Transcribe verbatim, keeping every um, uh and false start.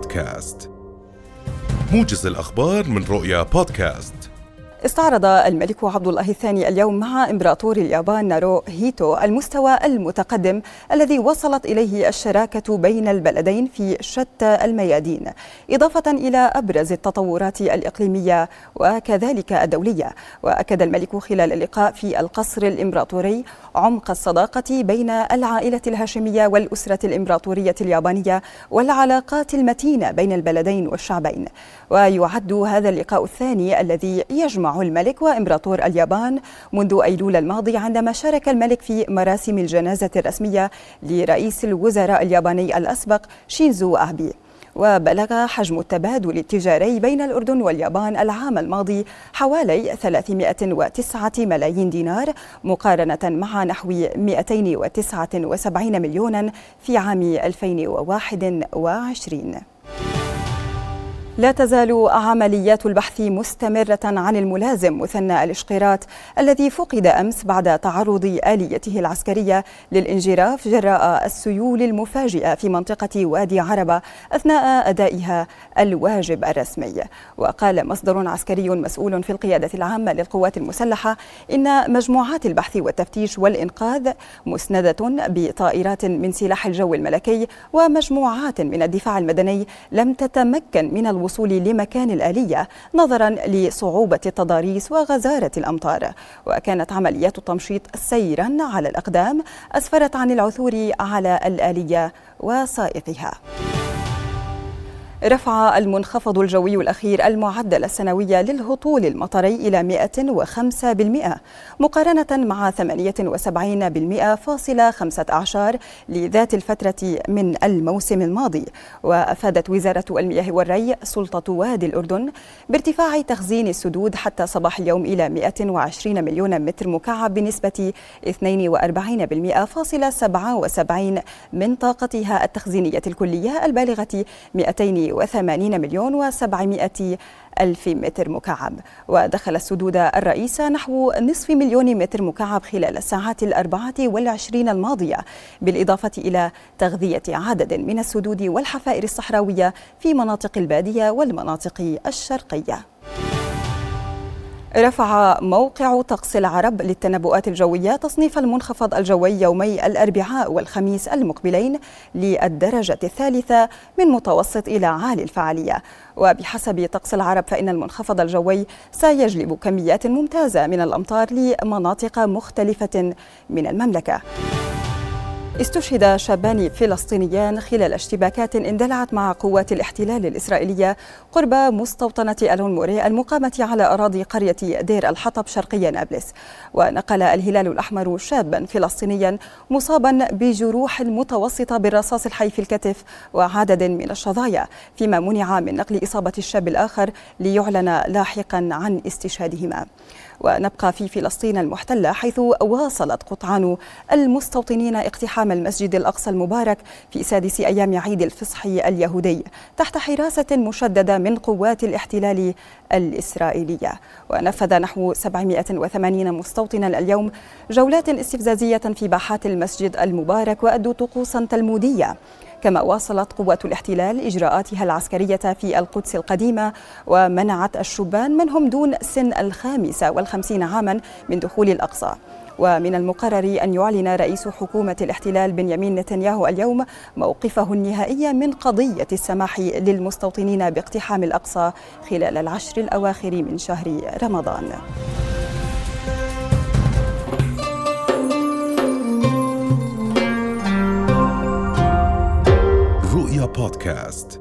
بودكاست. موجز الأخبار من رؤيا بودكاست. استعرض الملك عبد الله الثاني اليوم مع إمبراطور اليابان ناروهيتو المستوى المتقدم الذي وصلت إليه الشراكة بين البلدين في شتى الميادين، إضافة إلى أبرز التطورات الإقليمية وكذلك الدولية. وأكد الملك خلال اللقاء في القصر الإمبراطوري عمق الصداقة بين العائلة الهاشمية والأسرة الإمبراطورية اليابانية والعلاقات المتينة بين البلدين والشعبين. ويعد هذا اللقاء الثاني الذي يجمع الملك وإمبراطور اليابان منذ أيلول الماضي، عندما شارك الملك في مراسم الجنازة الرسمية لرئيس الوزراء الياباني الأسبق شينزو آبي. وبلغ حجم التبادل التجاري بين الأردن واليابان العام الماضي حوالي ثلاثمائة وتسعة ملايين دينار، مقارنة مع نحو مئتين وتسعة وسبعين مليونا في عام ألفين وواحد وعشرين. لا تزال عمليات البحث مستمرة عن الملازم مثنى الإشقيرات الذي فقد أمس بعد تعرض آليته العسكرية للانجراف جراء السيول المفاجئة في منطقة وادي عربة أثناء أدائها الواجب الرسمي. وقال مصدر عسكري مسؤول في القيادة العامة للقوات المسلحة إن مجموعات البحث والتفتيش والإنقاذ مسندة بطائرات من سلاح الجو الملكي ومجموعات من الدفاع المدني لم تتمكن من الوصول الوصول لمكان الآلية نظرا لصعوبة التضاريس وغزارة الأمطار. وكانت عمليات التمشيط سيرا على الأقدام أسفرت عن العثور على الآلية وسائقها. رفع المنخفض الجوي الأخير المعدل السنوي للهطول المطري إلى مئة وخمسة بالمئة مقارنة مع ثمانية وسبعين بالمئة فاصلة خمسة عشر لذات الفترة من الموسم الماضي. وأفادت وزارة المياه والري سلطة وادي الأردن بارتفاع تخزين السدود حتى صباح اليوم إلى مئة وعشرين مليون متر مكعب بنسبة اثنين وأربعين بالمئة فاصلة سبعة وسبعين من طاقتها التخزينية الكلية البالغة مئتين وثمانين مليون وسبعمائة ألف متر مكعب. ودخل السدود الرئيسة نحو نصف مليون متر مكعب خلال الساعات الأربعة والعشرين الماضية، بالإضافة إلى تغذية عدد من السدود والحفائر الصحراوية في مناطق البادية والمناطق الشرقية. رفع موقع طقس العرب للتنبؤات الجوية تصنيف المنخفض الجوي يومي الأربعاء والخميس المقبلين للدرجة الثالثة من متوسط إلى عالي الفعالية. وبحسب طقس العرب فإن المنخفض الجوي سيجلب كميات ممتازة من الأمطار لمناطق مختلفة من المملكة. استشهد شابان فلسطينيان خلال اشتباكات اندلعت مع قوات الاحتلال الإسرائيلية قرب مستوطنة ألون موري المقامة على أراضي قرية دير الحطب شرقي نابلس. ونقل الهلال الأحمر شابا فلسطينيا مصابا بجروح متوسطة بالرصاص الحي في الكتف وعدد من الشظايا، فيما منع من نقل إصابة الشاب الآخر ليعلن لاحقا عن استشهادهما. ونبقى في فلسطين المحتلة، حيث واصلت قطعان المستوطنين اقتحام المسجد الأقصى المبارك في سادس أيام عيد الفصح اليهودي تحت حراسة مشددة من قوات الاحتلال الإسرائيلية. ونفذ نحو سبعمائة وثمانين مستوطنا اليوم جولات استفزازية في باحات المسجد المبارك وأدوا طقوسا تلمودية. كما واصلت قوات الاحتلال إجراءاتها العسكرية في القدس القديمة ومنعت الشبان منهم دون سن الخامسة والخمسين عاما من دخول الأقصى. ومن المقرر أن يعلن رئيس حكومة الاحتلال بنيامين نتنياهو اليوم موقفه النهائي من قضية السماح للمستوطنين باقتحام الأقصى خلال العشر الأواخر من شهر رمضان. رؤيا بودكاست.